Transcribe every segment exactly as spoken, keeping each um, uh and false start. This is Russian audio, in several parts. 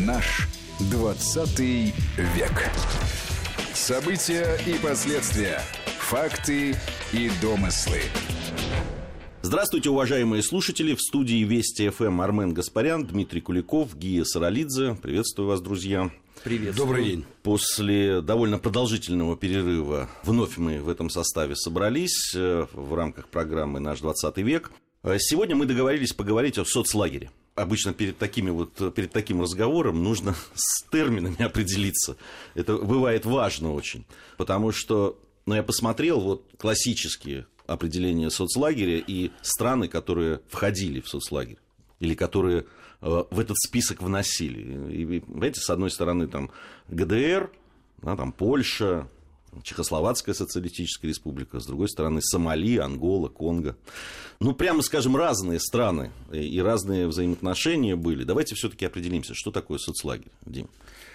Наш двадцатый век. События и последствия. Факты и домыслы. Здравствуйте, уважаемые слушатели. В студии Вести ФМ Армен Гаспарян, Дмитрий Куликов, Гия Саралидзе. Приветствую вас, друзья. Привет. Добрый день. После довольно продолжительного перерыва вновь мы в этом составе собрались в рамках программы «Наш двадцатый век». Сегодня мы договорились поговорить о соцлагере. Обычно перед, такими вот, перед таким разговором нужно с терминами определиться. Это бывает важно очень. Потому что, ну, я посмотрел вот классические определения соцлагеря и страны, которые входили в соцлагерь. Или которые э, в этот список вносили. И, понимаете, с одной стороны там ГДР, да, там Польша, Чехословацкая социалистическая республика, с другой стороны Сомали, Ангола, Конго. Ну, прямо скажем, разные страны и разные взаимоотношения были. Давайте все-таки определимся, что такое соцлагерь, Дим.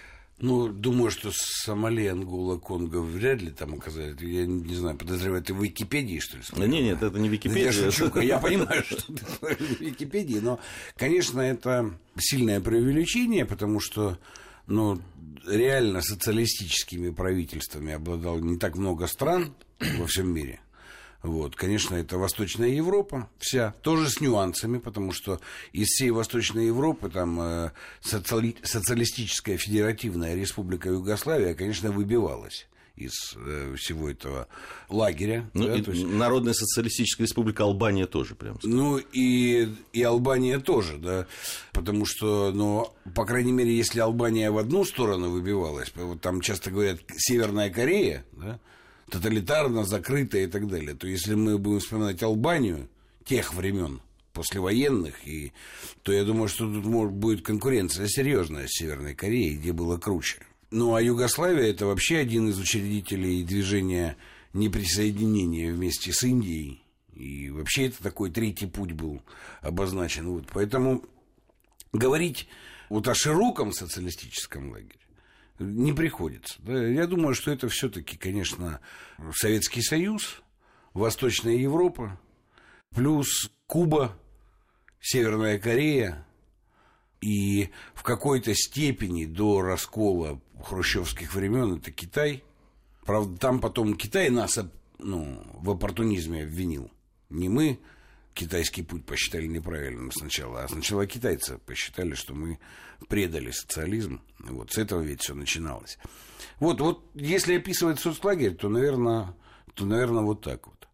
Ну, думаю, что Сомали, Ангола, Конго вряд ли там оказались. Я не знаю, подозреваю, ты в Википедии, что ли? Да нет, нет, это не Википедия. Я шучу, я понимаю, что это в Википедии, но, конечно, это сильное преувеличение, потому что, ну, реально социалистическими правительствами обладало не так много стран во всем мире. Вот, конечно, это Восточная Европа вся, тоже с нюансами, потому что из всей Восточной Европы там э, социали... социалистическая федеративная республика Югославия, конечно, выбивалась из э, всего этого лагеря. Ну, да, и есть... Народная социалистическая республика Албания тоже, прям. Ну, и, и Албания тоже, да, потому что, ну, по крайней мере, если Албания в одну сторону выбивалась, вот там часто говорят Северная Корея, да, тоталитарно, закрытая и так далее, то если мы будем вспоминать Албанию тех времен, послевоенных, и, то я думаю, что тут может, будет конкуренция серьезная с Северной Кореей, где было круче. Ну, а Югославия – это вообще один из учредителей движения неприсоединения вместе с Индией. И вообще это такой третий путь был обозначен. Вот. Поэтому говорить вот о широком социалистическом лагере не приходится. Да? Я думаю, что это все-таки, конечно, Советский Союз, Восточная Европа, плюс Куба, Северная Корея. И в какой-то степени до раскола хрущевских времен это Китай. Правда, там потом Китай нас, ну, в оппортунизме обвинил. Не мы китайский путь посчитали неправильным сначала, а сначала китайцы посчитали, что мы предали социализм. Вот с этого ведь все начиналось. Вот, вот если описывать соцлагерь, то, наверное, то, наверное, вот так вот.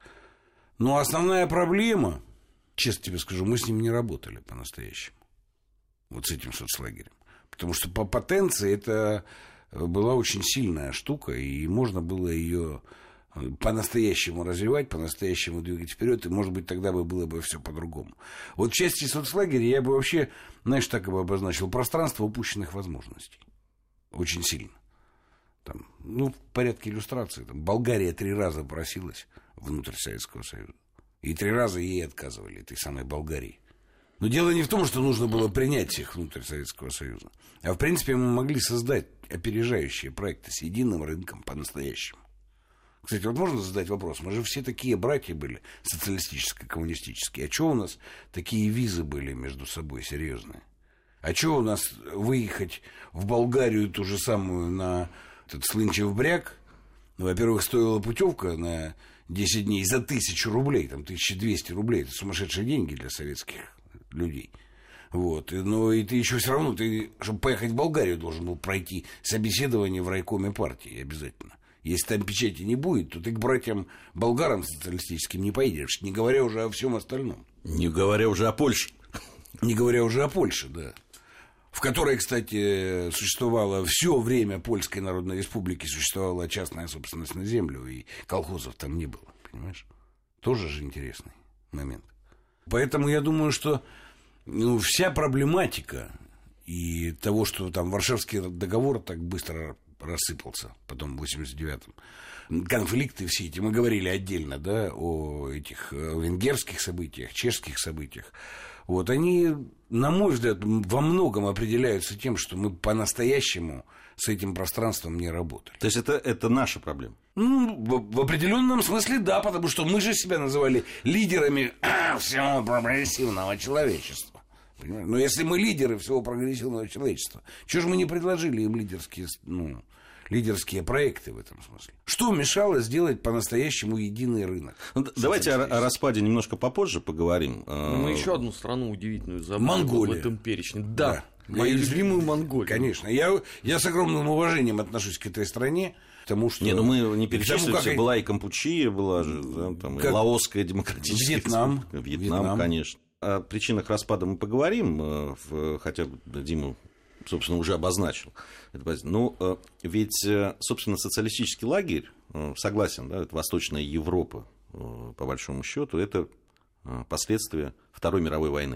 Но основная проблема, честно тебе скажу, мы с ним не работали по-настоящему. Вот с этим соцлагерем. Потому что по потенции это была очень сильная штука, и можно было ее по-настоящему развивать, по-настоящему двигать вперед, и, может быть, тогда бы было бы все по-другому. Вот в части соцлагеря я бы вообще, знаешь, так бы обозначил: пространство упущенных возможностей. Очень сильно. Там, ну, в порядке иллюстрации. Там, Болгария три раза просилась внутрь Советского Союза. И три раза ей отказывали, этой самой Болгарии. Но дело не в том, что нужно было принять всех внутрь Советского Союза. А в принципе мы могли создать опережающие проекты с единым рынком по-настоящему. Кстати, вот можно задать вопрос: мы же все такие братья были, социалистическо-коммунистические. А что у нас такие визы были между собой серьезные? А что у нас выехать в Болгарию ту же самую на этот Слынчев бряг? Ну, во-первых, стоила путевка на десять дней за тысячу рублей, там тысяча двести рублей. Это сумасшедшие деньги для советских людей. Вот. Но и ты еще все равно, ты, чтобы поехать в Болгарию, должен был пройти собеседование в райкоме партии обязательно. Если там печати не будет, то ты к братьям болгарам социалистическим не поедешь, не говоря уже о всем остальном. Не говоря уже о Польше. Не говоря уже о Польше, да. В которой, кстати, существовало все время Польской Народной Республики, существовала частная собственность на землю, и колхозов там не было, понимаешь? Тоже же интересный момент. Поэтому я думаю, что, ну, вся проблематика и того, что там Варшавский договор так быстро рассыпался, потом в восемьдесят девятом, конфликты все эти, мы говорили отдельно, да, о этих венгерских событиях, чешских событиях, вот, они, на мой взгляд, во многом определяются тем, что мы по-настоящему с этим пространством не работали. То есть это, это наша проблема? Ну, в, в определенном смысле да, потому что мы же себя называли лидерами всего прогрессивного человечества. Понимаешь? Но если мы лидеры всего прогрессивного человечества, чего же мы не предложили им лидерские, ну, лидерские проекты в этом смысле? Что мешало сделать по-настоящему единый рынок? Ну, давайте о, о распаде немножко попозже поговорим. Мы еще одну страну удивительную забыли Монголия. в этом перечне. Да, Да. мою Я любимую Монголию. Конечно. Я, я с огромным уважением отношусь к этой стране, потому что... Не, ну мы не перечислили, как... была и Кампучия, была же, да, там, как... и Лаосская демократическая... Вьетнам. Вьетнам, Вьетнам, конечно. О причинах распада мы поговорим, хотя Дима, собственно, уже обозначил. Ну, ведь, собственно, социалистический лагерь, согласен, да, это Восточная Европа, по большому счету, это последствия Второй мировой войны.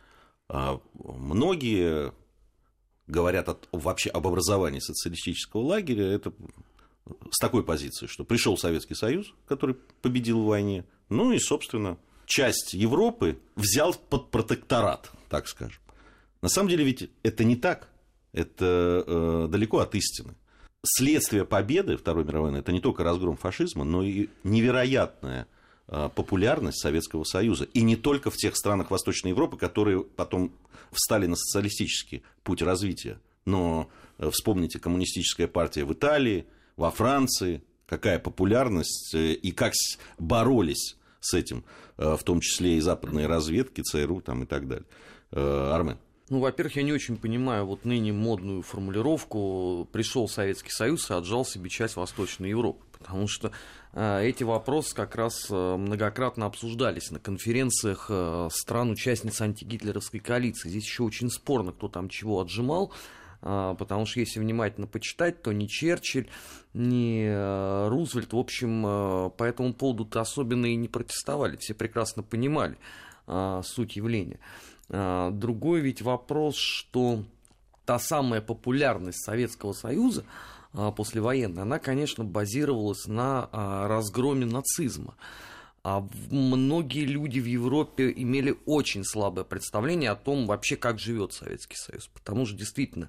Многие говорят от, вообще об образовании социалистического лагеря это с такой позиции, что пришел Советский Союз, который победил в войне, ну и, собственно, часть Европы взял под протекторат, так скажем. На самом деле ведь это не так, это э, далеко от истины. Следствие победы Второй мировой войны – это не только разгром фашизма, но и невероятная популярность Советского Союза. И не только в тех странах Восточной Европы, которые потом встали на социалистический путь развития. Но вспомните, коммунистическая партия в Италии, во Франции, какая популярность и как боролись с этим, в том числе и западные разведки, ЦРУ там, и так далее. Армен. Ну, во-первых, я не очень понимаю вот ныне модную формулировку «пришел Советский Союз и отжал себе часть Восточной Европы», потому что э, эти вопросы как раз э, многократно обсуждались на конференциях э, стран-участниц антигитлеровской коалиции. Здесь еще очень спорно, кто там чего отжимал, э, потому что если внимательно почитать, то ни Черчилль, ни э, Рузвельт, в общем, э, по этому поводу-то особенно и не протестовали, все прекрасно понимали э, суть явления. Другой ведь вопрос, что та самая популярность Советского Союза послевоенная, она, конечно, базировалась на разгроме нацизма. А многие люди в Европе имели очень слабое представление о том, вообще, как живет Советский Союз. Потому что, действительно,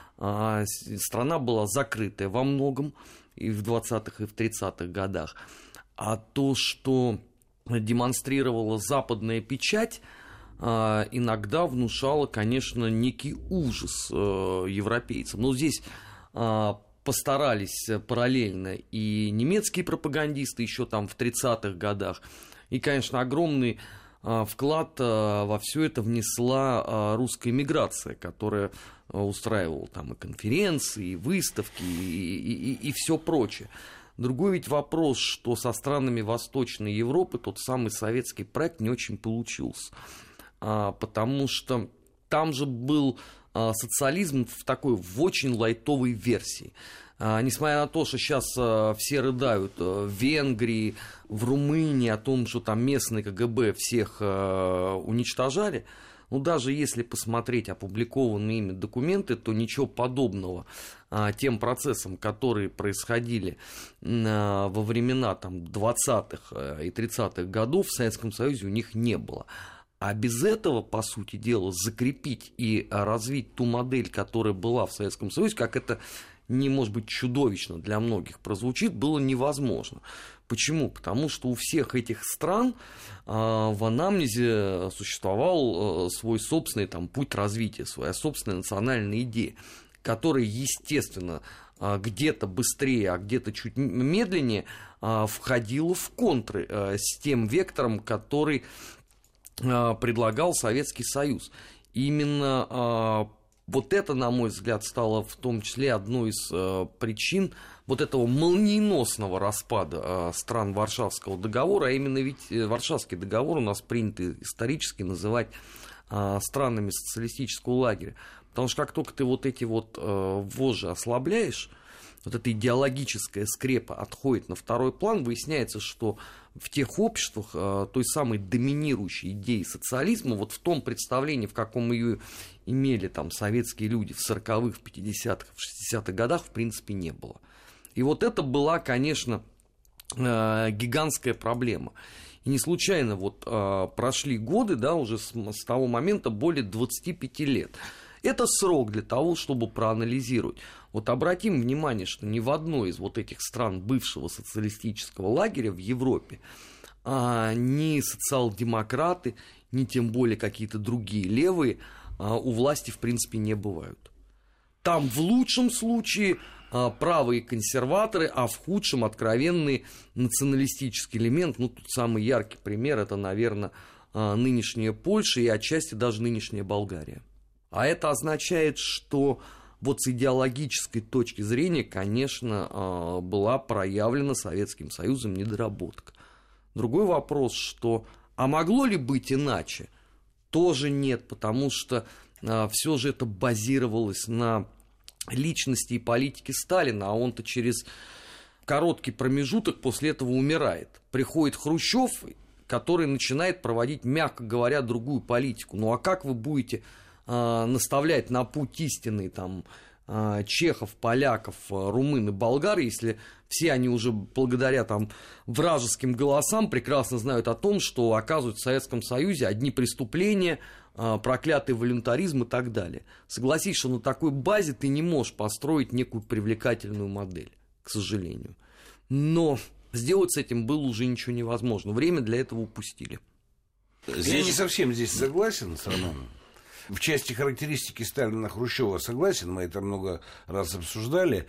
страна была закрытая во многом и в двадцатых, и в тридцатых годах. А то, что демонстрировала западная печать, иногда внушало, конечно, некий ужас европейцам. Но здесь постарались параллельно и немецкие пропагандисты еще там в тридцатых годах. И, конечно, огромный вклад во все это внесла русская эмиграция, которая устраивала там и конференции, и выставки, и, и, и, и все прочее. Другой ведь вопрос, что со странами Восточной Европы тот самый советский проект не очень получился. Потому что там же был социализм в такой, в очень лайтовой версии. Несмотря на то, что сейчас все рыдают в Венгрии, в Румынии о том, что там местные КГБ всех уничтожали, ну, даже если посмотреть опубликованные ими документы, то ничего подобного тем процессам, которые происходили во времена там, двадцатых и тридцатых годов в Советском Союзе, у них не было. А без этого, по сути дела, закрепить и развить ту модель, которая была в Советском Союзе, как это не, может быть, чудовищно для многих прозвучит, было невозможно. Почему? Потому что у всех этих стран в анамнезе существовал свой собственный там, путь развития, своя собственная национальная идея, которая, естественно, где-то быстрее, а где-то чуть медленнее входила в контры с тем вектором, который предлагал Советский Союз. Именно э, вот это, на мой взгляд, стало в том числе одной из э, причин вот этого молниеносного распада э, стран Варшавского договора, а именно ведь Варшавский договор у нас принято исторически называть э, странами социалистического лагеря. Потому что как только ты вот эти вот э, вожжи ослабляешь, вот эта идеологическая скрепа отходит на второй план, выясняется, что в тех обществах э, той самой доминирующей идеи социализма, вот в том представлении, в каком ее имели там советские люди в сороковых, в пятидесятых, в шестидесятых годах, в принципе, не было. И вот это была, конечно, э, гигантская проблема. И не случайно вот э, прошли годы, да, уже с, с того момента более двадцати пяти лет. Это срок для того, чтобы проанализировать. Вот обратим внимание, что ни в одной из вот этих стран бывшего социалистического лагеря в Европе а, ни социал-демократы, ни тем более какие-то другие левые у власти в принципе не бывают. Там в лучшем случае правые консерваторы, а в худшем откровенный националистический элемент. Ну, тут самый яркий пример — это, наверное, нынешняя Польша и отчасти даже нынешняя Болгария. А это означает, что вот с идеологической точки зрения, конечно, была проявлена Советским Союзом недоработка. Другой вопрос, что а могло ли быть иначе? Тоже нет, потому что все же это базировалось на личности и политике Сталина, а он-то через короткий промежуток после этого умирает. Приходит Хрущев, который начинает проводить, мягко говоря, другую политику. Ну а как вы будете э, наставлять на путь истинный там, э, чехов, поляков, румын и болгар, если все они уже благодаря там, вражеским голосам прекрасно знают о том, что оказывают в Советском Союзе одни преступления, проклятый волюнтаризм и так далее. Согласись, что на такой базе ты не можешь построить некую привлекательную модель, к сожалению. Но сделать с этим было уже ничего невозможно. Время для этого упустили. Здесь... Я не совсем здесь согласен с Романом. В части характеристики Сталина, Хрущева согласен, мы это много раз обсуждали,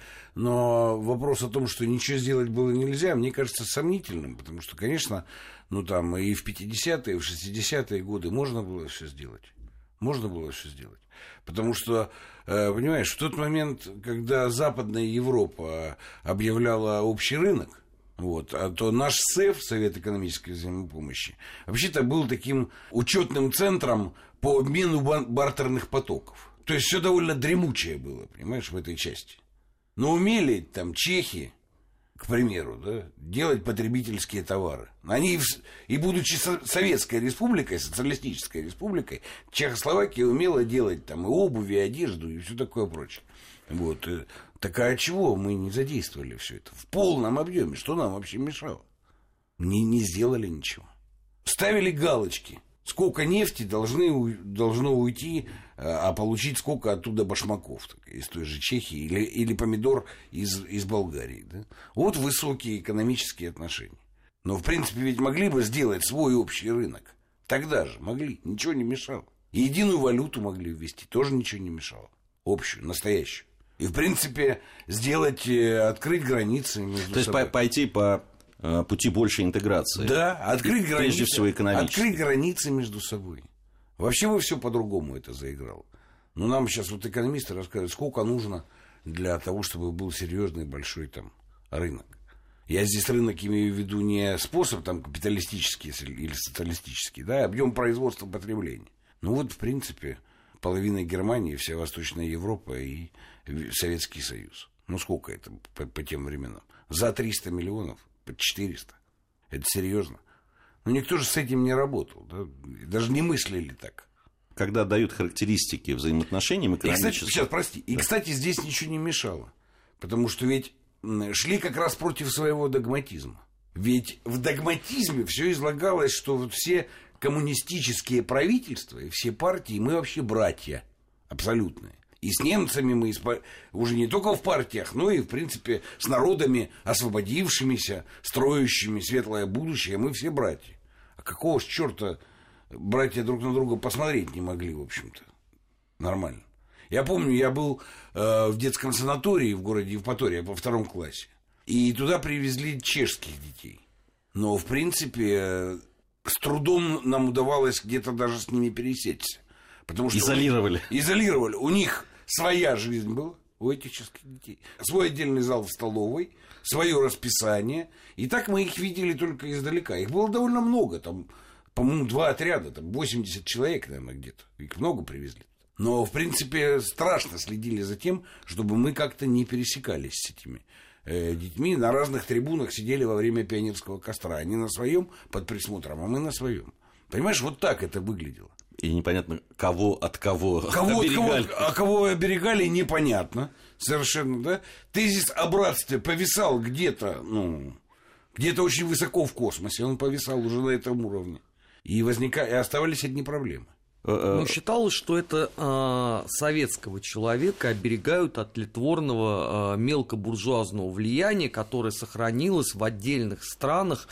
но вопрос о том, что ничего сделать было нельзя, мне кажется сомнительным, потому что, конечно, ну там и в пятидесятые, и в шестидесятые годы можно было все сделать. Можно было все сделать. Потому что, понимаешь, в тот момент, когда Западная Европа объявляла общий рынок, вот, а то наш СЭФ, Совет экономической взаимопомощи, вообще-то был таким учетным центром по обмену бартерных потоков. То есть все довольно дремучее было, понимаешь, в этой части. Но умели там чехи, к примеру, да, делать потребительские товары. Они, и будучи Советской Республикой, Социалистической Республикой, Чехословакия умела делать там и обувь, и одежду, и все такое прочее. Вот. Так а чего мы не задействовали все это в полном объеме? Что нам вообще мешало? Не, не сделали ничего. Ставили галочки. Сколько нефти должны, должно уйти, а получить сколько оттуда башмаков из той же Чехии или, или помидор из, из Болгарии. Да? Вот высокие экономические отношения. Но, в принципе, ведь могли бы сделать свой общий рынок. Тогда же могли, ничего не мешало. И единую валюту могли ввести, тоже ничего не мешало. Общую, настоящую. И, в принципе, сделать, открыть границы между То собой. есть пойти по пути большей интеграции. Да, открыть границы. Прежде всего экономически. Открыть границы между собой. Вообще бы все по-другому это заиграло. Но нам сейчас вот экономисты рассказывают, сколько нужно для того, чтобы был серьезный большой там рынок. Я здесь рынок имею в виду не способ там капиталистический или социалистический, да, объем производства потребления. Ну вот, в принципе, половина Германии, вся Восточная Европа и Советский Союз. Ну сколько это по, по тем временам? За триста миллионов, под четыреста. Это серьезно. Но никто же с этим не работал, да? Даже не мыслили так. Когда дают характеристики взаимоотношениям экономическим... И, кстати, сейчас, прости, и, кстати, здесь ничего не мешало. Потому что ведь шли как раз против своего догматизма. Ведь в догматизме все излагалось, что вот все коммунистические правительства и все партии, мы вообще братья абсолютные. И с немцами мы уже не только в партиях, но и, в принципе, с народами, освободившимися, строящими светлое будущее, мы все братья. А какого ж черта братья друг на друга посмотреть не могли, в общем-то? Нормально. Я помню, я был э, в детском санатории в городе Евпатория во втором классе. И туда привезли чешских детей. Но, в принципе, э, с трудом нам удавалось где-то даже с ними пересечься. Потому что изолировали. У, изолировали. У них своя жизнь была, у этих чешских детей. Свой отдельный зал в столовой, свое расписание. И так мы их видели только издалека. Их было довольно много. Там, по-моему, два отряда. Там восемьдесят человек, наверное, где-то. Их много привезли. Но, в принципе, страшно следили за тем, чтобы мы как-то не пересекались с этими э, детьми. На разных трибунах сидели во время пионерского костра. Они на своем под присмотром, а мы на своем. Понимаешь, вот так это выглядело. И непонятно, кого от кого, кого оберегали. От кого, а кого оберегали, непонятно. Совершенно, да? Тезис о братстве повисал где-то, ну, где-то очень высоко в космосе. Он повисал уже на этом уровне. И, возника... и оставались одни проблемы. Ну, считалось, что это э, советского человека оберегают от тлетворного э, мелкобуржуазного влияния, которое сохранилось в отдельных странах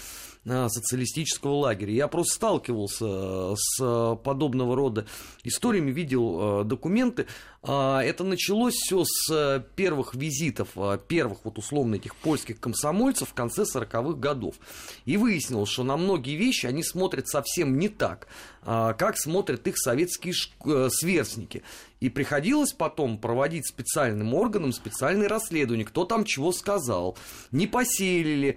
социалистического лагеря. Я просто сталкивался с подобного рода историями, видел документы. Это началось все с первых визитов, первых вот условно этих польских комсомольцев в конце сороковых годов. И выяснилось, что на многие вещи они смотрят совсем не так, как смотрят их советские сверстники. И приходилось потом проводить специальным органам специальные расследования, кто там чего сказал, не посеяли ли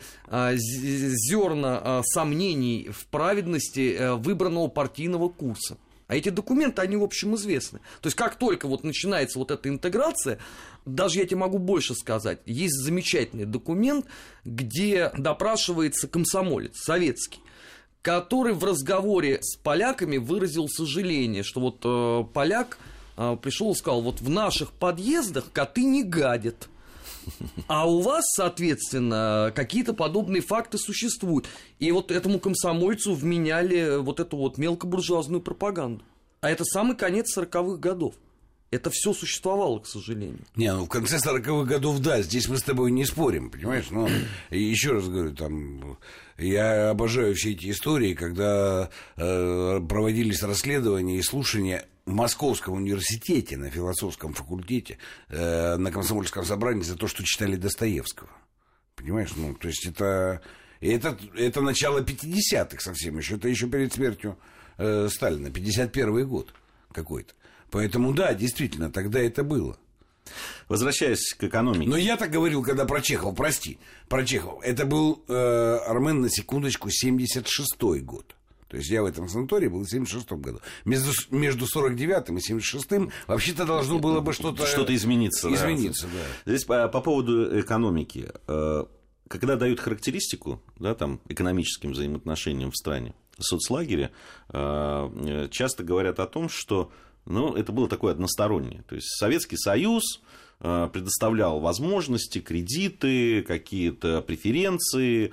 зерна сомнений в праведности выбранного партийного курса. А эти документы, они, в общем, известны. То есть, как только вот начинается вот эта интеграция, даже я тебе могу больше сказать, есть замечательный документ, где допрашивается комсомолец советский, который в разговоре с поляками выразил сожаление, что вот э, поляк э, пришел и сказал, вот в наших подъездах коты не гадят. А у вас, соответственно, какие-то подобные факты существуют. И вот этому комсомольцу вменяли вот эту вот мелкобуржуазную пропаганду. А это самый конец сороковых годов. Это все существовало, к сожалению. Не, ну в конце сороковых годов, да, здесь мы с тобой не спорим, понимаешь? Но еще раз говорю, там, я обожаю все эти истории, когда э, проводились расследования и слушания в Московском университете, на философском факультете, э, на комсомольском собрании за то, что читали Достоевского. Понимаешь? Ну, то есть это, это, это начало пятидесятых совсем еще, это еще перед смертью э, Сталина, пятьдесят первый год какой-то. Поэтому, да, действительно, тогда это было. Возвращаясь к экономике. Но я так говорил, когда про Чехова, прости, про Чехова. Это был, э, Армен, на секундочку, семьдесят шестой год. То есть я в этом санатории был в семьдесят шестом году. Между, между сорок девятым и семьдесят шестым вообще-то должно было бы что-то... Что-то измениться. Измениться, да. да. Здесь по, по поводу экономики. Когда дают характеристику, да, там, экономическим взаимоотношениям в стране, соцлагеря, часто говорят о том, что ну, это было такое одностороннее. То есть Советский Союз предоставлял возможности, кредиты, какие-то преференции,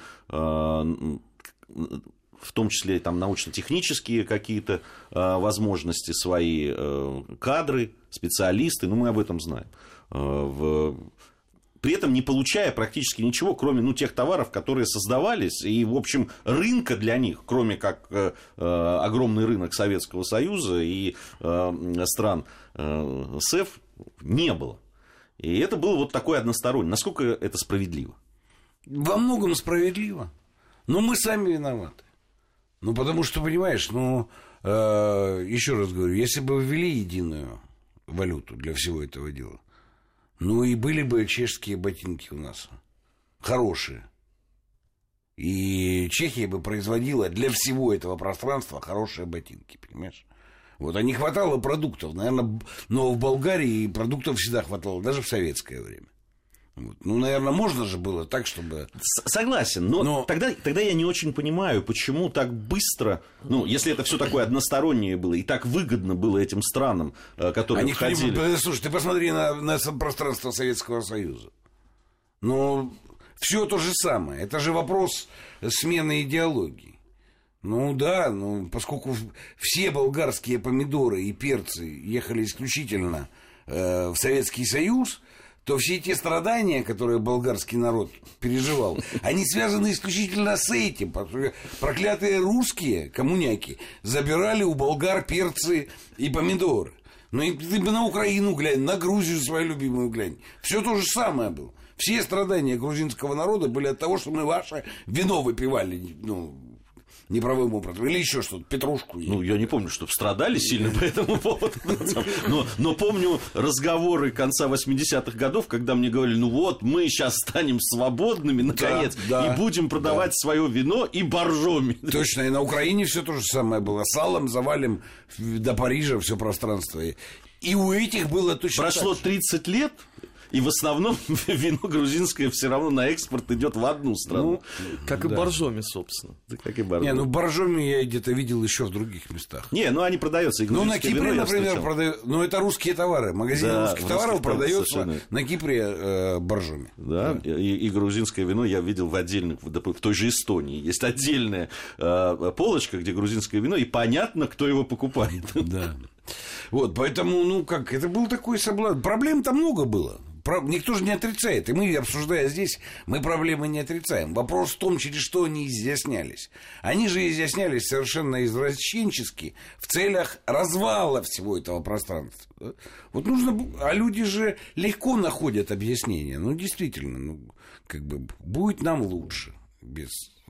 в том числе там, научно-технические какие-то э, возможности, свои э, кадры, специалисты, ну, мы об этом знаем. Э, в... При этом не получая практически ничего, кроме ну, тех товаров, которые создавались, и, в общем, рынка для них, кроме как э, э, огромный рынок Советского Союза и э, стран э, СЭФ, не было. И это было вот такое одностороннее. Насколько это справедливо? Во многом справедливо. Но мы сами виноваты. Ну, потому что, понимаешь, ну, э, еще раз говорю, если бы ввели единую валюту для всего этого дела, ну, и были бы чешские ботинки у нас хорошие. И Чехия бы производила для всего этого пространства хорошие ботинки, понимаешь? Вот, а не хватало продуктов, наверное, но в Болгарии продуктов всегда хватало, даже в советское время. Вот. Ну, наверное, можно же было так, чтобы... Согласен, но, но... Тогда, тогда я не очень понимаю, почему так быстро, ну, если это все такое одностороннее было, и так выгодно было этим странам, которые Они входили... Не... Слушай, ты посмотри на, на пространство Советского Союза. Ну, все то же самое. Это же вопрос смены идеологии. Ну, да, ну, поскольку все болгарские помидоры и перцы ехали исключительно э, в Советский Союз, то все те страдания, которые болгарский народ переживал, они связаны исключительно с этим. Проклятые русские коммуняки забирали у болгар перцы и помидоры. Ну, и ты бы на Украину глянь, на Грузию свою любимую глянь. Все то же самое было. Все страдания грузинского народа были от того, что мы ваше вино выпивали, ну, неправым образом, или еще что-то, петрушку. Ну, я не помню, чтобы страдали сильно по этому поводу. Но, но помню разговоры конца восьмидесятых годов, когда мне говорили, ну вот, мы сейчас станем свободными, наконец, да, да, и будем продавать да. свое вино и боржоми. Точно, и на Украине все то же самое было. Салом завалим до Парижа все пространство. И у этих было точно Прошло тридцать лет, и в основном вино грузинское все равно на экспорт идет в одну страну. Ну, как и да. боржоми, собственно. Да, как и боржоми. Не, ну боржоми я где-то видел еще в других местах. Не, ну они продаются. И ну, на Кипре, вино, например, продают. Ну, это русские товары. Магазин да, русских товаров продается совершенно... на Кипре э, боржоми. Да, да. И, и грузинское вино я видел в отдельных, в той же Эстонии. Есть отдельная э, полочка, где грузинское вино, и понятно, кто его покупает. Да. Вот, поэтому, ну как, это был такой соблазн. Проблем-то много было. Никто же не отрицает. И мы, обсуждая здесь, мы проблемы не отрицаем. Вопрос в том, через что они изъяснялись. Они же изъяснялись совершенно извращенчески в целях развала всего этого пространства. Вот нужно... А люди же легко находят объяснение. Ну, действительно, ну, как бы, будет нам лучше. Без...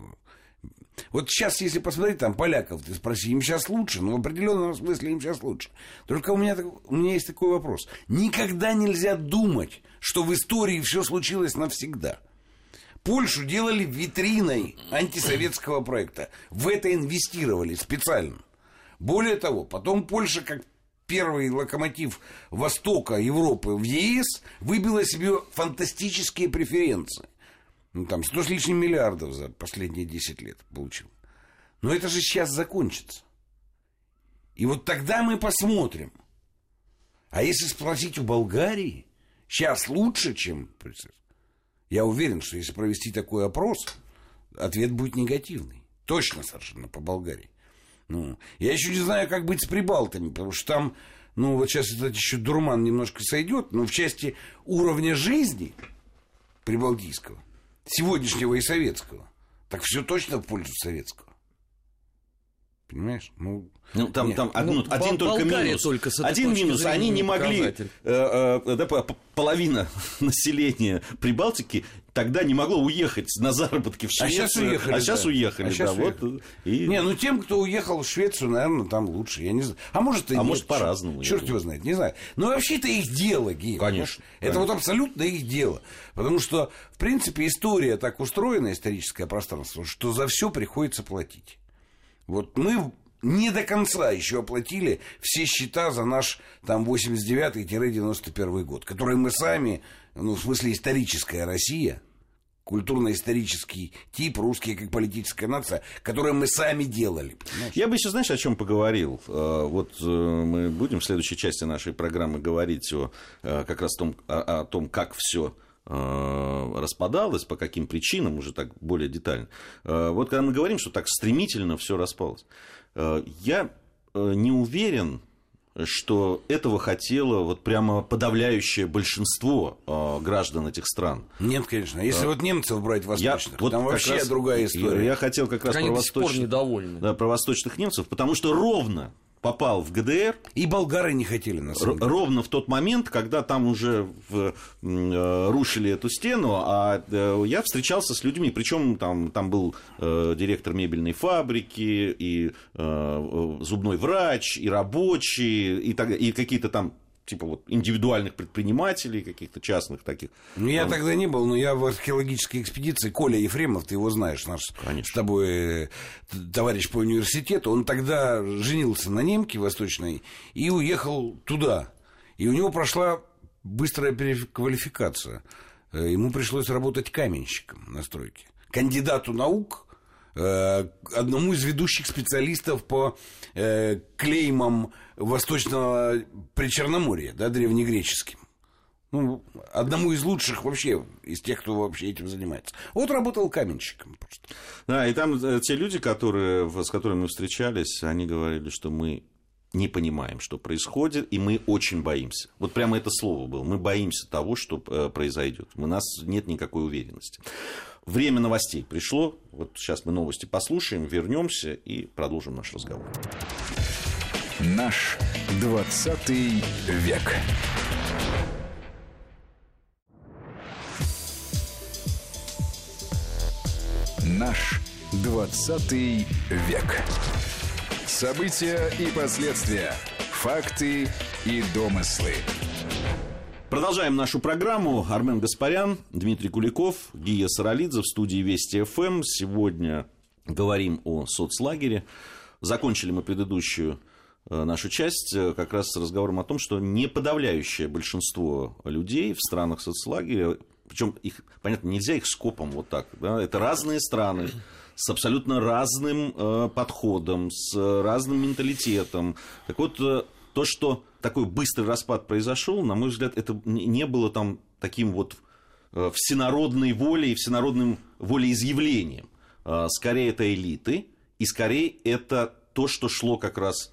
Вот сейчас, если посмотреть, там, поляков, ты спроси, им сейчас лучше? Ну, в определенном смысле им сейчас лучше. Только у меня, у меня есть такой вопрос. Никогда нельзя думать, что в истории все случилось навсегда. Польшу делали витриной антисоветского проекта. В это инвестировали специально. Более того, потом Польша, как первый локомотив Востока Европы в ЕС, выбила себе фантастические преференции. Ну, там, сто с лишним миллиардов за последние десять лет получил. Но это же сейчас закончится. И вот тогда мы посмотрим. А если спросить у Болгарии, сейчас лучше, чем... Я уверен, что если провести такой опрос, ответ будет негативный. Точно совершенно по Болгарии. Ну, я еще не знаю, как быть с Прибалтами, потому что там, ну, вот сейчас этот еще дурман немножко сойдет, но в части уровня жизни прибалтийского, сегодняшнего и советского, так все точно в пользу советского. Понимаешь? Ну, ну там, там одну, ну, один только минус. Только один минус. Они не могли... Э, э, да, половина населения Прибалтики тогда не могло уехать на заработки в Швецию. А сейчас уехали. А сейчас да. уехали, а да. сейчас Вот, уехали. И... Не, ну тем, кто уехал в Швецию, наверное, там лучше. Я не знаю. А может, и а нет. может, по-разному. Черт его знает, не знаю. Но вообще это их дело, Гея. Конечно. Это конечно. вот абсолютно их дело. Потому что, в принципе, история так устроена, историческое пространство, что за все приходится платить. Вот мы... не до конца еще оплатили все счета за наш там восемьдесят девятый - девяносто первый год, которые мы сами, ну, в смысле историческая Россия, культурно-исторический тип, русские как политическая нация, которые мы сами делали. Понимаешь? Я бы еще, знаешь, о чем поговорил? Вот мы будем в следующей части нашей программы говорить о, как раз том, о, о том, как все распадалось, по каким причинам, уже так более детально. Вот когда мы говорим, что так стремительно все распалось, я не уверен, что этого хотело вот прямо подавляющее большинство граждан этих стран. Нет, конечно. Если а, вот немцев брать восточных, я, вот там вообще раз, другая история. Я хотел как раз Они про, до сих пор восточных, недовольны. Да, про восточных немцев, потому что ровно попал в ГДР. И болгары не хотели, на самом деле. Ровно в тот момент, когда там уже в, э, рушили эту стену, а э, я встречался с людьми, причем там, там был э, директор мебельной фабрики, и э, зубной врач, и рабочий, и, так, и какие-то там типа вот индивидуальных предпринимателей, каких-то частных таких. Ну, я тогда не был, но я в археологической экспедиции. Коля Ефремов, ты его знаешь, наш Конечно. С тобой товарищ по университету. Он тогда женился на немке восточной и уехал туда. И у него прошла быстрая переквалификация. Ему пришлось работать каменщиком на стройке. Кандидату наук, одному из ведущих специалистов по э, клеймам Восточного Причерноморья, да, древнегреческим. Ну, одному из лучших вообще, из тех, кто вообще этим занимается. Вот работал каменщиком просто. Да, и там те люди, которые, с которыми мы встречались, они говорили, что мы не понимаем, что происходит, и мы очень боимся. Вот прямо это слово было. Мы боимся того, что произойдет. У нас нет никакой уверенности. Время новостей пришло. Вот сейчас мы новости послушаем, вернемся и продолжим наш разговор. Наш двадцатый век. Наш двадцатый век. События и последствия. Факты и домыслы. Продолжаем нашу программу. Армен Гаспарян, Дмитрий Куликов, Гия Саралидзе в студии Вести ФМ. Сегодня говорим о соцлагере. Закончили мы предыдущую нашу часть как раз с разговором о том, что не подавляющее большинство людей в странах соцлагеря, причем их, понятно, нельзя их скопом вот так, да, это разные страны с абсолютно разным э, подходом, с разным менталитетом. Так вот, э, то, что такой быстрый распад произошел, на мой взгляд, это не было там таким вот э, всенародной волей и всенародным волеизъявлением. Э, скорее, это элиты, и скорее это то, что шло как раз от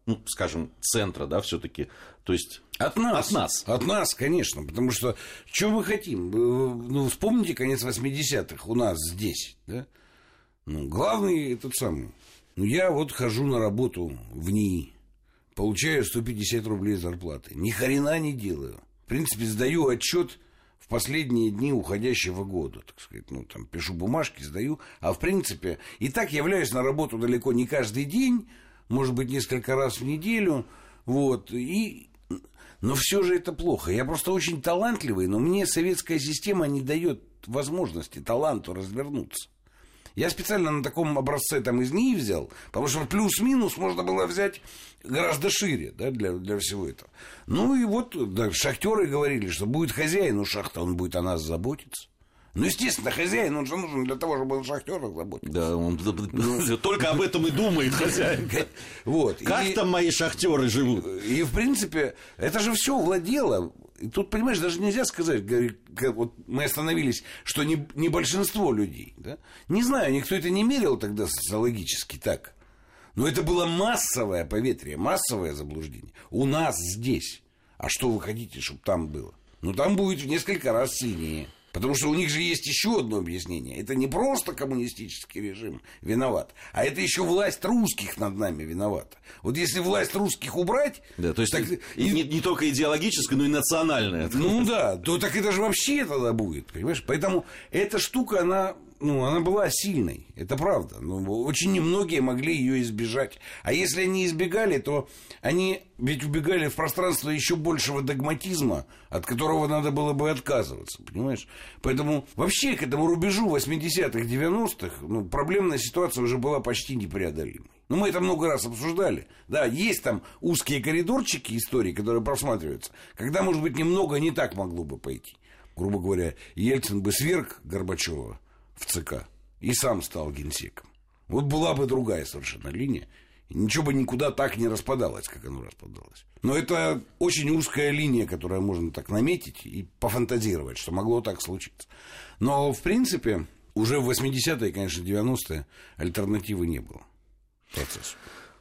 ну, скажем, центра, да, все-таки, то есть... От нас. От нас. От нас, конечно, потому что что мы хотим? Ну, вспомните конец восьмидесятых у нас здесь, да? Ну, главный этот самый. Ну, я вот хожу на работу в НИИ, получаю сто пятьдесят рублей зарплаты, ни хрена не делаю. В принципе, сдаю отчет в последние дни уходящего года, так сказать, ну, там, пишу бумажки, сдаю, а в принципе, и так являюсь на работу далеко не каждый день, может быть, несколько раз в неделю, вот, и... Но все же это плохо. Я просто очень талантливый, но мне советская система не дает возможности таланту развернуться. Я специально на таком образце там из НИИ взял, потому что плюс-минус можно было взять гораздо шире, да, для, для всего этого. Ну и вот да, шахтеры говорили, что будет хозяин у шахты, он будет о нас заботиться. Ну, естественно, хозяин, он же нужен для того, чтобы он шахтерах заботился. Да, он только об этом и думает, хозяин. Вот. Как там мои шахтеры живут? И, в принципе, это же все владело. И тут, понимаешь, даже нельзя сказать, вот мы остановились, что не, не большинство людей. Да? Не знаю, никто это не мерил тогда социологически так. Но это было массовое поветрие, массовое заблуждение. У нас здесь. А что вы хотите, чтобы там было? Ну, там будет в несколько раз сильнее. Потому что у них же есть еще одно объяснение. Это не просто коммунистический режим виноват, а это еще власть русских над нами виновата. Вот если власть русских убрать... Да, то есть так, и, не, не только идеологическая, но и национальная. Ну да, то так это же вообще тогда будет, понимаешь? Поэтому эта штука, она... Ну, она была сильной, это правда. Ну, очень немногие могли ее избежать. А если они избегали, то они ведь убегали в пространство еще большего догматизма, от которого надо было бы отказываться, понимаешь? Поэтому вообще к этому рубежу восьмидесятых, девяностых ну, проблемная ситуация уже была почти непреодолимой. Ну, мы это много раз обсуждали. Да, есть там узкие коридорчики истории, которые просматриваются, когда, может быть, немного не так могло бы пойти. Грубо говоря, Ельцин бы сверг Горбачева в ЦК и сам стал генсеком. Вот была бы другая совершенно линия. И ничего бы никуда так не распадалось, как оно распадалось. Но это очень узкая линия, которую можно так наметить и пофантазировать, что могло так случиться. Но, в принципе, уже в восьмидесятые, конечно, девяностые альтернативы не было процессу.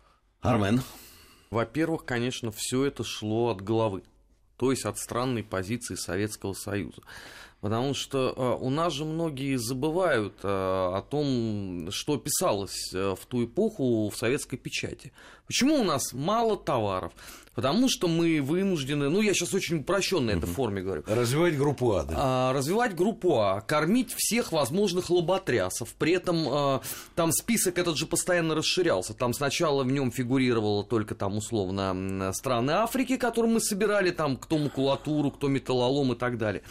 Армен? Во-первых, конечно, все это шло от головы, то есть от странной позиции Советского Союза. Потому что э, у нас же многие забывают э, о том, что писалось э, в ту эпоху в советской печати. Почему у нас мало товаров? Потому что мы вынуждены, ну я сейчас очень упрощенно этой форме говорю. Развивать группу А, да? А, развивать группу А, кормить всех возможных лоботрясов. При этом а, там список этот же постоянно расширялся. Там сначала в нем фигурировало только там условно страны Африки, которым мы собирали, там кто макулатуру, кто металлолом и так далее.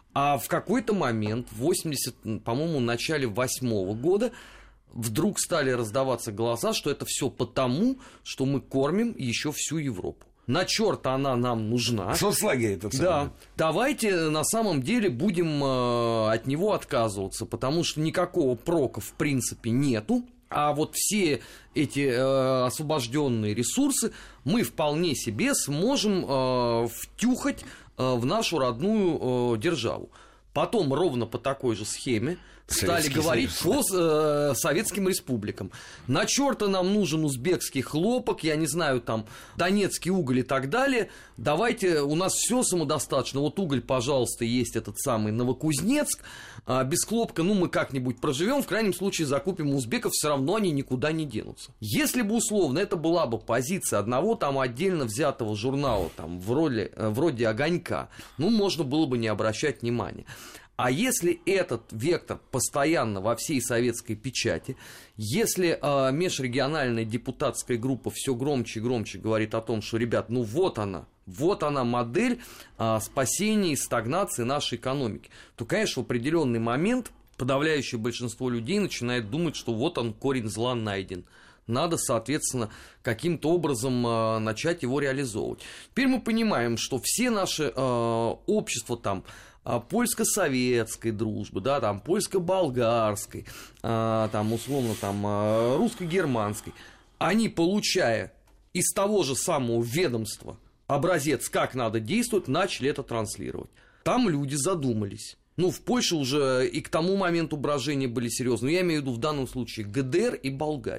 А в какой-то момент, в восьмидесятом, по-моему, начале восьмого года, вдруг стали раздаваться голоса, что это все потому, что мы кормим еще всю Европу. На черта она нам нужна. Соцлагерь этот самый. Да. Давайте на самом деле будем э, от него отказываться, потому что никакого прока в принципе нету. А вот все эти э, освобожденные ресурсы мы вполне себе сможем э, втюхать э, в нашу родную э, державу. Потом ровно по такой же схеме стали Советский говорить Союз. По э, советским республикам. На черта нам нужен узбекский хлопок, я не знаю, там, донецкий уголь и так далее. Давайте, у нас все самодостаточно. Вот уголь, пожалуйста, есть этот самый Новокузнецк. А без хлопка, ну, мы как-нибудь проживем. В крайнем случае закупим у узбеков, все равно они никуда не денутся. Если бы, условно, это была бы позиция одного там отдельно взятого журнала, там, вроде, вроде «Огонька», ну, можно было бы не обращать внимания. А если этот вектор постоянно во всей советской печати, если э, межрегиональная депутатская группа все громче и громче говорит о том, что, ребят, ну вот она, вот она модель э, спасения и стагнации нашей экономики, то, конечно, в определенный момент подавляющее большинство людей начинает думать, что вот он, корень зла найден. Надо, соответственно, каким-то образом э, начать его реализовывать. Теперь мы понимаем, что все наши э, общества там, польско-советской дружбы, да, там, польско-болгарской, а, там, условно, там, русско-германской, они, получая из того же самого ведомства образец, как надо действовать, начали это транслировать. Там люди задумались. Ну, в Польше уже и к тому моменту брожения были серьезные. Я имею в виду в данном случае ГДР и Болгарию.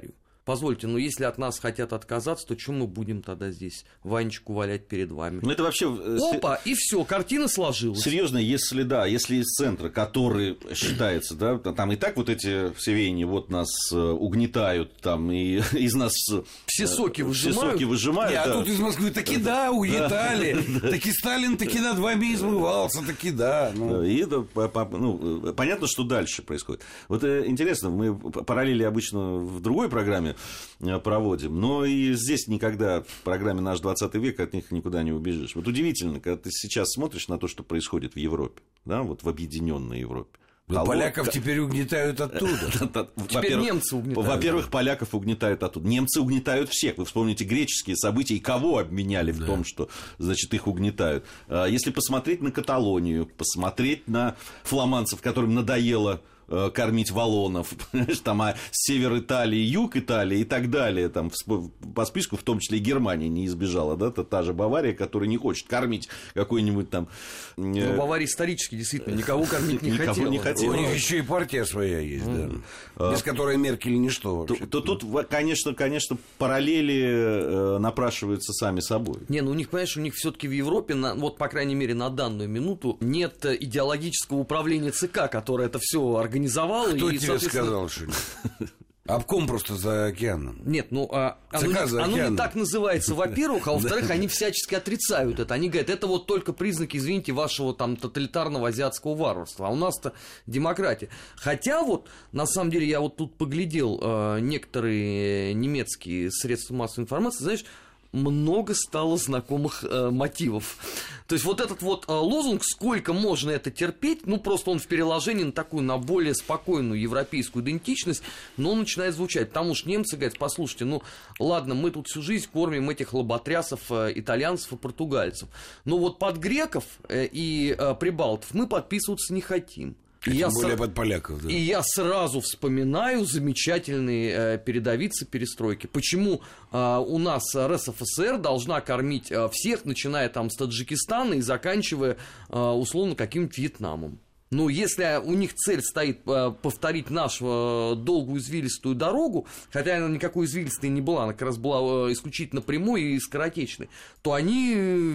позвольте, но если от нас хотят отказаться, то что мы будем тогда здесь Ванечку валять перед вами? Ну, это вообще... Опа, и все, картина сложилась. Серьезно, если, да, если из центра, который считается, да, там и так вот эти все веяния вот нас угнетают, там, и из нас... Все соки выжимают. Все соки выжимают, Не, да. А тут из Москвы таки да, угнетали. Таки Сталин таки над вами измывался, таки да. Ну. И это, ну, понятно, что дальше происходит. Вот интересно, мы параллели обычно в другой программе проводим, но и здесь никогда в программе «Наш двадцатый век» от них никуда не убежишь. Вот удивительно, когда ты сейчас смотришь на то, что происходит в Европе, да, вот в объединенной Европе. Но поляков теперь угнетают оттуда. Теперь немцы угнетают. Во-первых, поляков угнетают оттуда. Немцы угнетают всех. Вы вспомните греческие события и кого обменяли в том, что, значит, их угнетают. Если посмотреть на Каталонию, посмотреть на фламандцев, которым надоело кормить валлонов, там, а север Италии, юг Италии и так далее, там, по списку, в том числе и Германия не избежала, да, та, та же Бавария, которая не хочет кормить какой-нибудь там... Но Бавария исторически, действительно, никого кормить не никого хотела. не хотела. У них еще и партия своя есть, да, без которой Меркель ничто вообще. То тут, конечно, конечно, параллели напрашиваются сами собой. Не, ну у них, понимаешь, у них все-таки в Европе, на, вот, по крайней мере, на данную минуту нет идеологического управления ЦК, которое это все организовало. Кто и, тебе сказал, что нет? Обком просто за океаном. Нет, ну а, оно, не, оно не так называется, во-первых, а во-вторых, они всячески отрицают это. Они говорят, это вот только признаки, извините, вашего там тоталитарного азиатского варварства, а у нас-то демократия. Хотя вот, на самом деле, я вот тут поглядел э, некоторые немецкие средства массовой информации, знаешь, много стало знакомых э, мотивов. То есть вот этот вот э, лозунг, сколько можно это терпеть, ну просто он в переложении на такую, на более спокойную европейскую идентичность, но он начинает звучать. Потому что немцы говорят, послушайте, ну ладно, мы тут всю жизнь кормим этих лоботрясов, э, итальянцев и португальцев, но вот под греков э, и э, прибалтов мы подписываться не хотим. Тем я более с... под поляков, да. И я сразу вспоминаю замечательные э, передовицы перестройки. Почему э, у нас РСФСР должна кормить э, всех, начиная там с Таджикистана и заканчивая э, условно каким-нибудь Вьетнамом. Ну, если у них цель стоит э, повторить нашу э, долгую извилистую дорогу, хотя она никакой извилистой не была, она как раз была э, исключительно прямой и скоротечной, то они,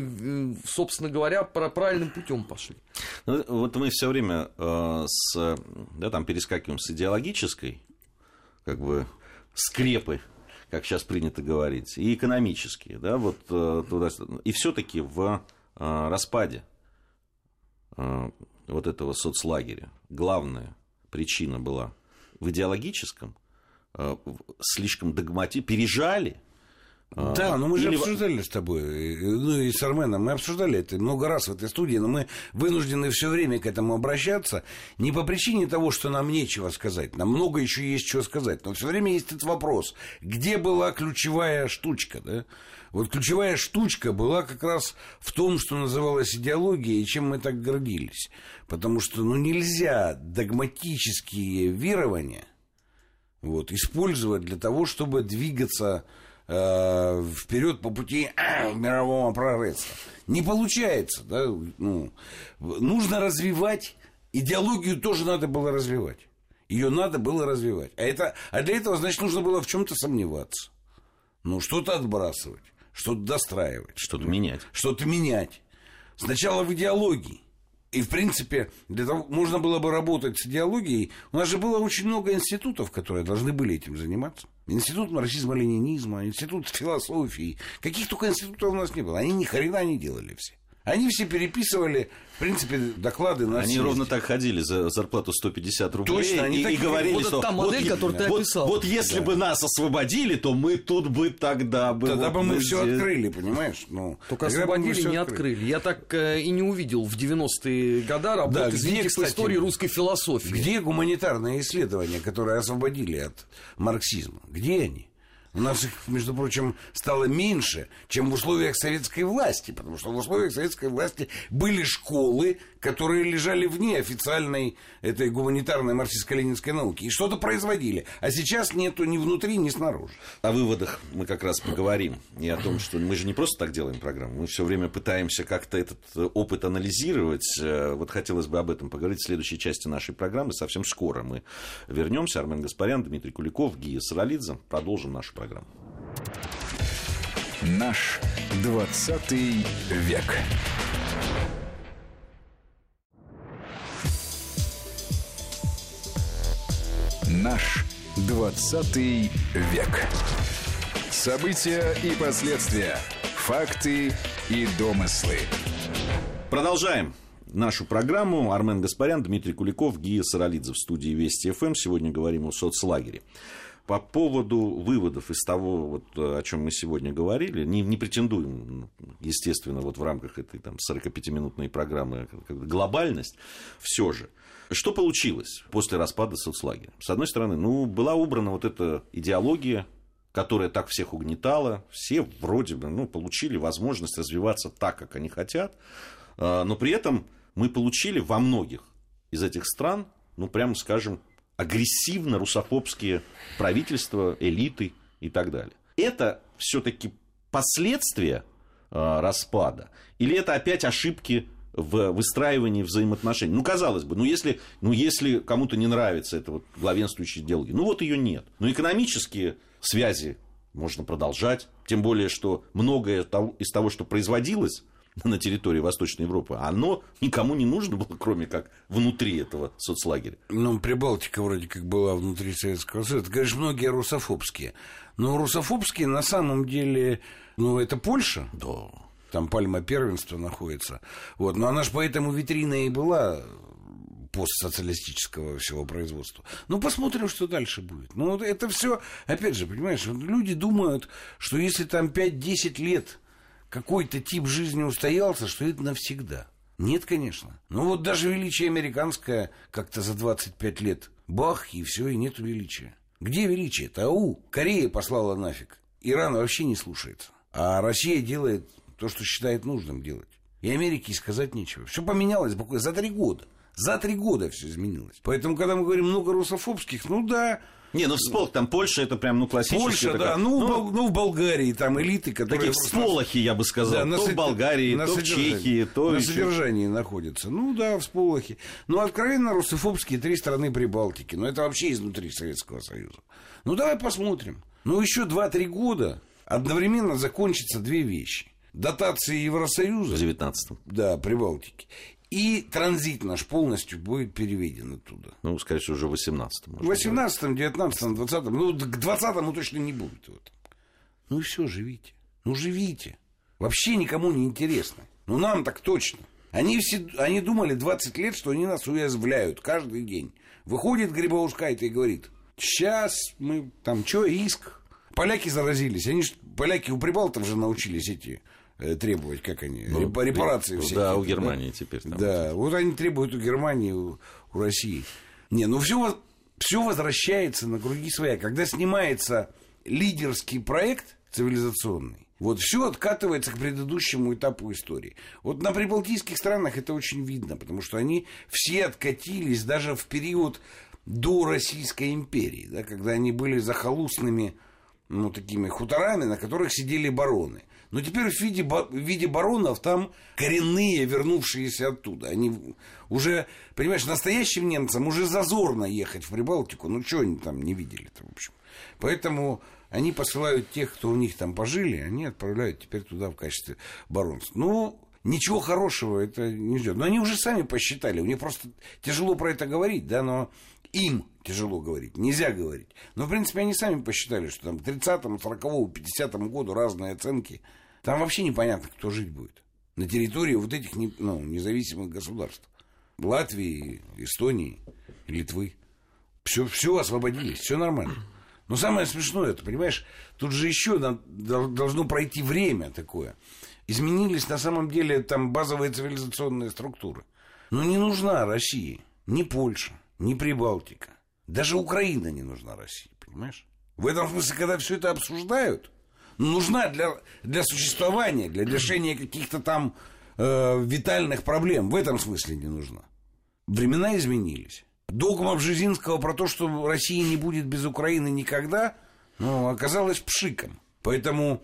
э, собственно говоря, правильным путем пошли. Ну, вот мы все время э, с, да, там, перескакиваем с идеологической, как бы, скрепы, как сейчас принято говорить, и экономические, да, вот э, туда, и все-таки в э, распаде э, вот этого соцлагеря главная причина была в идеологическом, э, слишком догматично, пережали. Да, но мы же Или... обсуждали с тобой, ну и с Арменом, мы обсуждали это много раз в этой студии, но мы вынуждены все время к этому обращаться, не по причине того, что нам нечего сказать, нам много еще есть чего сказать, но все время есть этот вопрос, где была ключевая штучка, да? Вот ключевая штучка была как раз в том, что называлось идеологией, и чем мы так гордились, потому что, ну, нельзя догматические верования вот, использовать для того, чтобы двигаться вперед по пути э, мирового прогресса. Не получается. Да? Ну, нужно развивать. Идеологию тоже надо было развивать. Ее надо было развивать. А, это, а для этого, значит, нужно было в чем-то сомневаться. Ну, что-то отбрасывать, что-то достраивать. Что-то менять. Что-то менять. Сначала в идеологии. И, в принципе, для того, можно было бы работать с идеологией. У нас же было очень много институтов, которые должны были этим заниматься. Институт марксизма-ленинизма, институт философии. Каких только институтов у нас не было. Они ни хрена не делали все. Они все переписывали, в принципе, доклады на Они съезде. ровно так ходили за зарплату сто пятьдесят рублей. Точно, они и, так и говорили, вот что та модель, вот, которую ты вот, описал. Вот если да. бы нас освободили, то мы тут бы тогда бы... Тогда вот бы мы здесь... все открыли, понимаешь? Ну, Только освободили, не открыли. Я так э, и не увидел в девяностые годы работы, да, извините, где, кстати, по истории русской философии. Где гуманитарные исследования, которые освободили от марксизма? Где они? У нас их, между прочим, стало меньше, чем в условиях советской власти, потому что в условиях советской власти были школы, которые лежали вне официальной этой гуманитарной марксистско-ленинской науки и что-то производили. А сейчас нету ни внутри, ни снаружи. О выводах мы как раз поговорим. И о том, что мы же не просто так делаем программу, мы все время пытаемся как-то этот опыт анализировать. Вот хотелось бы об этом поговорить в следующей части нашей программы. Совсем скоро мы вернемся. Армен Гаспарян, Дмитрий Куликов, Гия Саралидзе. Продолжим нашу программу. Наш двадцатый век. Наш двадцатый век. События и последствия. Факты и домыслы. Продолжаем нашу программу. Армен Гаспарян, Дмитрий Куликов, Гия Саралидзе в студии Вести ФМ. Сегодня говорим о соцлагере. По поводу выводов из того, вот, о чем мы сегодня говорили, не, не претендуем, естественно, вот в рамках этой там, сорокапятиминутной программы глобальность, все же. Что получилось после распада соцлагеря? С одной стороны, ну, была убрана вот эта идеология, которая так всех угнетала, все вроде бы ну, получили возможность развиваться так, как они хотят, но при этом мы получили во многих из этих стран, ну, прямо скажем, агрессивно-русофобские правительства, элиты и так далее. Это все-таки последствия э, распада? Или это опять ошибки в выстраивании взаимоотношений? Ну, казалось бы, ну если, ну, если кому-то не нравится эта вот главенствующая идеология, ну, вот ее нет. Но экономические связи можно продолжать. Тем более, что многое из того, что производилось на территории Восточной Европы, оно никому не нужно было, кроме как внутри этого соцлагеря. Ну, Прибалтика вроде как была внутри Советского Союза. Ты говоришь, многие русофобские. Но русофобские на самом деле, ну, это Польша. Да. Там пальма первенства находится. Вот. Но она же поэтому витрина и была постсоциалистического всего производства. Ну, посмотрим, что дальше будет. Ну, это все, опять же, понимаешь, люди думают, что если там пять-десять лет какой-то тип жизни устоялся, что это навсегда. Нет, конечно. Ну, вот даже величие американское как-то за двадцать пять лет. Бах, и все, и нету величия. Где величие-то? Ау, Корея послала нафиг. Иран вообще не слушается. А Россия делает то, что считает нужным делать. И Америке сказать нечего. Все поменялось буквально за три года. За три года все изменилось. Поэтому, когда мы говорим много русофобских, ну да. Не, ну всполох, там Польша, это прям, ну, классическая. Польша, такая, да, ну, ну, ну, в Болгарии там элиты, которые... Такие всполохи, я бы сказал, да, то со... в Болгарии, на то в Чехии, то на еще... содержании находятся. Ну да, всполохи. Ну, откровенно русофобские три страны Прибалтики. Ну, это вообще изнутри Советского Союза. Ну, давай посмотрим. Ну, еще два-три года одновременно закончатся две вещи. Дотации Евросоюза... В девятнадцатом. Да, Прибалтики. И транзит наш полностью будет переведен оттуда. Ну, скорее всего, уже в восемнадцатом. В восемнадцатом, девятнадцатом, двадцатом. Ну, к двадцатому точно не будет. Вот. Ну, и все, живите. Ну, живите. Вообще никому не интересно. Ну, нам так точно. Они, все, они думали двадцать лет, что они нас уязвляют каждый день. Выходит Грибаускайте и говорит, сейчас мы там, что, иск? Поляки заразились. Они ж, поляки у прибалтов же научились эти... требовать, как они, ну, репарации всякие. Да, у Германии да? теперь. Там да, вот. вот они требуют у Германии, у, у России. Не, ну все, все возвращается на круги своя. Когда снимается лидерский проект цивилизационный, вот все откатывается к предыдущему этапу истории. Вот на прибалтийских странах это очень видно, потому что они все откатились даже в период до Российской империи, да, когда они были захолустными, ну, такими хуторами, на которых сидели бароны. Но теперь в виде, в виде баронов там коренные, вернувшиеся оттуда. Они уже, понимаешь, настоящим немцам уже зазорно ехать в Прибалтику. Ну, что они там не видели-то, в общем. Поэтому они посылают тех, кто у них там пожили, они отправляют теперь туда в качестве баронств. Ну, ничего хорошего это не ждет. Но они уже сами посчитали. У них просто тяжело про это говорить, да, но им тяжело говорить, нельзя говорить. Но, в принципе, они сами посчитали, что там к тридцатому, сороковому, пятидесятому году разные оценки. Там вообще непонятно, кто жить будет. На территории вот этих ну, независимых государств. Латвии, Эстонии, Литвы. Все, все освободились, все нормально. Но самое смешное, это, понимаешь, тут же еще должно пройти время такое. Изменились на самом деле там базовые цивилизационные структуры. Но не нужна России ни Польша, ни Прибалтика. Даже Украина не нужна России, понимаешь? В этом смысле, когда все это обсуждают, нужна для, для существования, для решения каких-то там э, витальных проблем. В этом смысле не нужна. Времена изменились. Догма Бжезинского про то, что Россия не будет без Украины никогда, ну, оказалась пшиком. Поэтому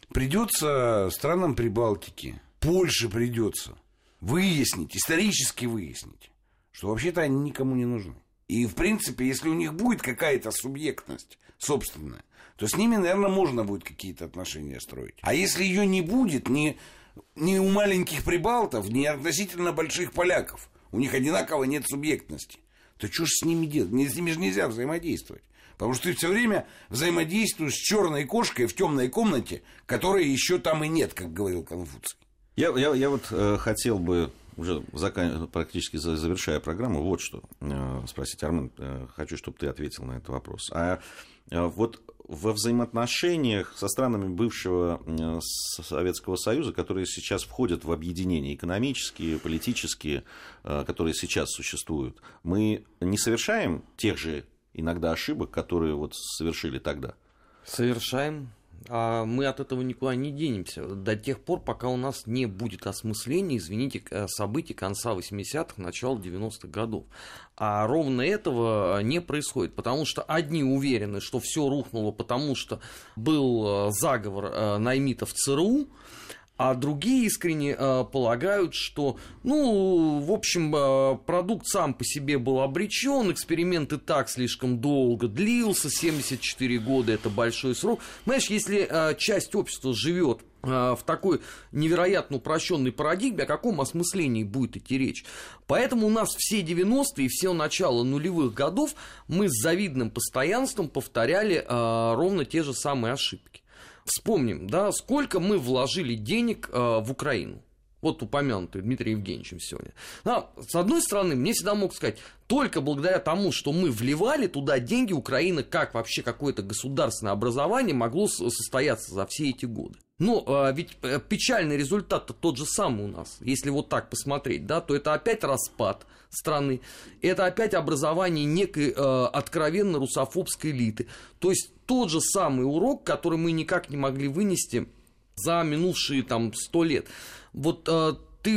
придется странам Прибалтики, Польше придется выяснить, исторически выяснить, что вообще-то они никому не нужны. И, в принципе, если у них будет какая-то субъектность собственная, то с ними, наверное, можно будет какие-то отношения строить. А если ее не будет ни, ни у маленьких прибалтов, ни относительно больших поляков, у них одинаково нет субъектности, то что ж с ними делать? С ними же нельзя взаимодействовать. Потому что ты все время взаимодействуешь с черной кошкой в темной комнате, которой еще там и нет, как говорил Конфуций. Я, я, я вот э, хотел бы, уже закан... практически завершая программу, вот что э, спросить, Армен, э, хочу, чтобы ты ответил на этот вопрос. А э, вот во взаимоотношениях со странами бывшего э, Советского Союза, которые сейчас входят в объединения экономические, политические, э, которые сейчас существуют, мы не совершаем тех же иногда ошибок, которые вот совершили тогда? Совершаем. А мы от этого никуда не денемся до тех пор, пока у нас не будет осмысления, извините, событий конца восьмидесятых, начала девяностых годов. А ровно этого не происходит, потому что одни уверены, что все рухнуло, потому что был заговор наймитов ЦРУ, а другие искренне э, полагают, что, ну, в общем, э, продукт сам по себе был обречен, эксперимент и так слишком долго длился, семьдесят четыре года это большой срок. Понимаешь, если э, часть общества живет э, в такой невероятно упрощенной парадигме, о каком осмыслении будет идти речь? Поэтому у нас все девяностые и все начало нулевых годов мы с завидным постоянством повторяли э, ровно те же самые ошибки. Вспомним, да, сколько мы вложили денег э, в Украину. Вот упомянутый Дмитрием Евгеньевичем сегодня. Да, с одной стороны, мне всегда мог сказать, только благодаря тому, что мы вливали туда деньги, Украина, как вообще какое-то государственное образование могло состояться за все эти годы. Но э, ведь печальный результат-то тот же самый у нас. Если вот так посмотреть, да, то это опять распад страны, это опять образование некой э, откровенно русофобской элиты. То есть тот же самый урок, который мы никак не могли вынести за минувшие там сто лет. Вот э, ты э,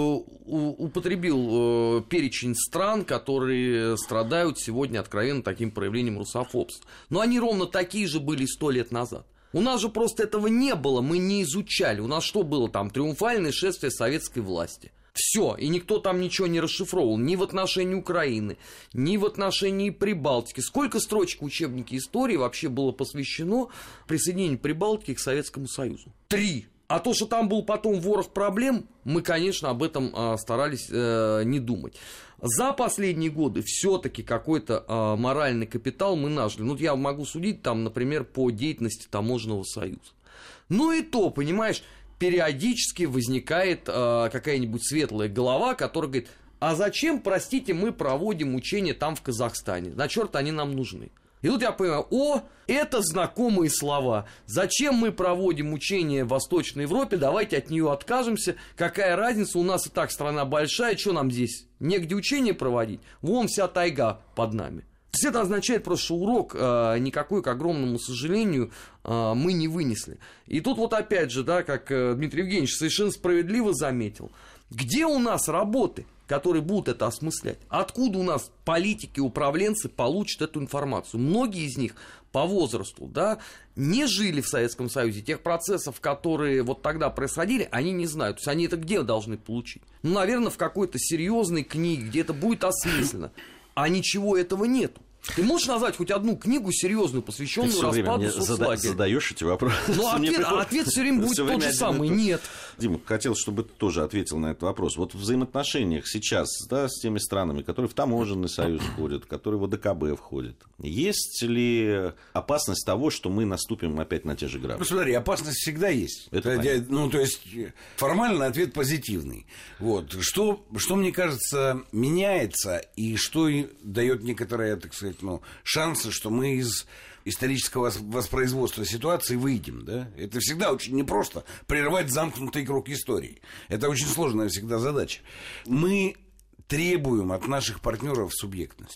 употребил э, перечень стран, которые страдают сегодня откровенно таким проявлением русофобства. Но они ровно такие же были сто лет назад. У нас же просто этого не было, мы не изучали. У нас что было там? Триумфальное шествие советской власти. Все, и никто там ничего не расшифровывал, ни в отношении Украины, ни в отношении Прибалтики. Сколько строчек в учебнике истории вообще было посвящено присоединению Прибалтики к Советскому Союзу? Три. А то, что там был потом ворох проблем, мы, конечно, об этом э, старались э, не думать. За последние годы все-таки какой-то э, моральный капитал мы нажили. Ну, я могу судить, там, например, по деятельности Таможенного союза. Ну и то, понимаешь, периодически возникает э, какая-нибудь светлая голова, которая говорит, а зачем, простите, мы проводим учения там в Казахстане? На черт они нам нужны? И тут я понимаю, о, это знакомые слова. Зачем мы проводим учения в Восточной Европе? Давайте от нее откажемся. Какая разница, у нас и так страна большая, что нам здесь? Негде учения проводить? Вон вся тайга под нами. То есть это означает просто, что урок э, никакой, к огромному сожалению, э, мы не вынесли. И тут вот опять же, да, как э, Дмитрий Евгеньевич совершенно справедливо заметил, где у нас работы, которые будут это осмыслять? Откуда у нас политики, управленцы получат эту информацию? Многие из них по возрасту, да, не жили в Советском Союзе. Тех процессов, которые вот тогда происходили, они не знают. То есть они это где должны получить? Ну, наверное, в какой-то серьезной книге, где это будет осмысленно. А ничего этого нету. Ты можешь назвать хоть одну книгу серьезную, посвященную ты распаду соцлагеря? Ты задаешь эти вопросы. Ну, ответ, приходит... а ответ все время будет все тот время же самый. Нет. Дима, хотел, чтобы ты тоже ответил на этот вопрос. Вот в взаимоотношениях сейчас, да, с теми странами, которые в Таможенный союз входят, которые в ОДКБ входят, есть ли опасность того, что мы наступим опять на те же грабли? Ну, смотри, опасность всегда есть. Это Это, ну, то есть, формально ответ позитивный. Вот. Что, что, мне кажется, меняется и что дает некоторое, так сказать, ну, шансы, что мы из исторического воспроизводства ситуации выйдем, да? Это всегда очень непросто прервать замкнутый круг истории. Это очень сложная всегда задача. Мы требуем от наших партнеров субъектности.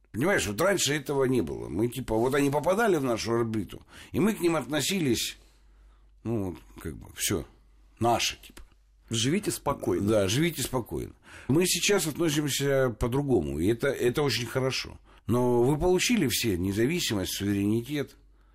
Понимаешь, вот раньше этого не было. Мы типа, вот они попадали в нашу орбиту, и мы к ним относились, ну, как бы, все, наши, типа. Живите спокойно. Да, живите спокойно. Мы сейчас относимся по-другому, и это, это очень хорошо. Но вы получили все независимость, суверенитет.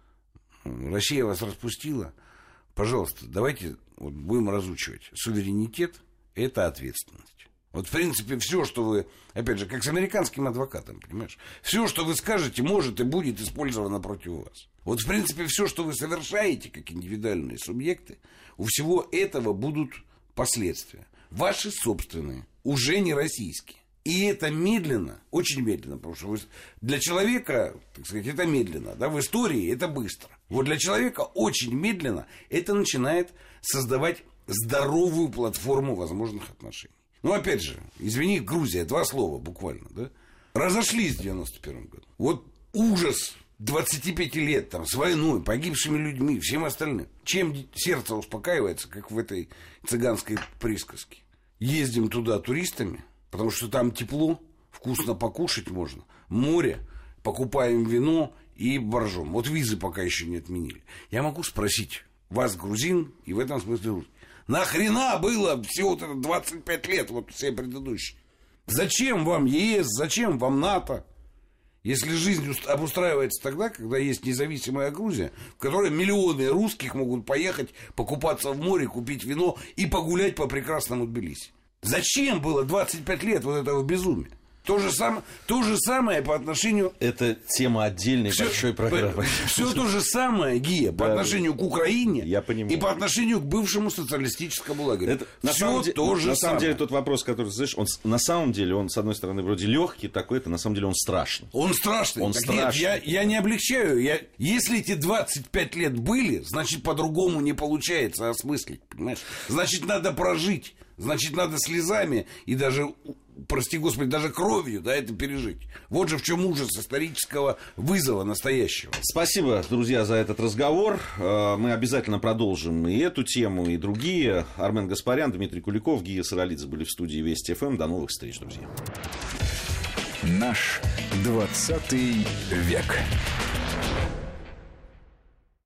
Россия вас распустила. Пожалуйста, давайте вот будем разучивать. Суверенитет – это ответственность. Вот, в принципе, все, что вы, опять же, как с американским адвокатом, понимаешь, все, что вы скажете, может и будет использовано против вас. Вот, в принципе, все, что вы совершаете, как индивидуальные субъекты, у всего этого будут последствия. Ваши собственные, уже не российские. И это медленно, очень медленно, потому что вы, для человека, так сказать, это медленно, да, в истории это быстро. Вот для человека очень медленно это начинает создавать здоровую платформу возможных отношений. Ну, опять же, извини, Грузия, два слова буквально, да? Разошлись в девяносто первом году. Вот ужас двадцати пяти лет там, с войной, погибшими людьми, всем остальным. Чем сердце успокаивается, как в этой цыганской присказке. Ездим туда туристами, потому что там тепло, вкусно покушать можно, море, покупаем вино и боржом. Вот визы пока еще не отменили. Я могу спросить вас, грузин, и в этом смысле русский. Нахрена было всего вот это двадцать пять лет, вот все предыдущие? Зачем вам ЕС, зачем вам НАТО? Если жизнь обустраивается тогда, когда есть независимая Грузия, в которой миллионы русских могут поехать покупаться в море, купить вино и погулять по прекрасному Тбилиси. Зачем было двадцать пять лет вот этого безумия? То же самое, то же самое по отношению... Это тема отдельной все, большой программы. Все то же самое, Гия, по да, отношению к Украине я понимаю. И по отношению к бывшему социалистическому лагерю. Это, на все самом то де... же на самое. самом деле тот вопрос, который ты знаешь, он на самом деле, он с одной стороны вроде легкий такой, это на самом деле он страшный. Он страшный. Он так страшный. Нет, я, я не облегчаю. Я... Если эти двадцать пять лет были, значит, по-другому не получается осмыслить, понимаешь? Значит, надо прожить. Значит, надо слезами и даже, прости господи, даже кровью, да, это пережить. Вот же в чем ужас исторического вызова настоящего. Спасибо, друзья, за этот разговор. Мы обязательно продолжим и эту тему, и другие. Армен Гаспарян, Дмитрий Куликов, Гия Саралидзе были в студии Вести ФМ. До новых встреч, друзья. Наш двадцатый век.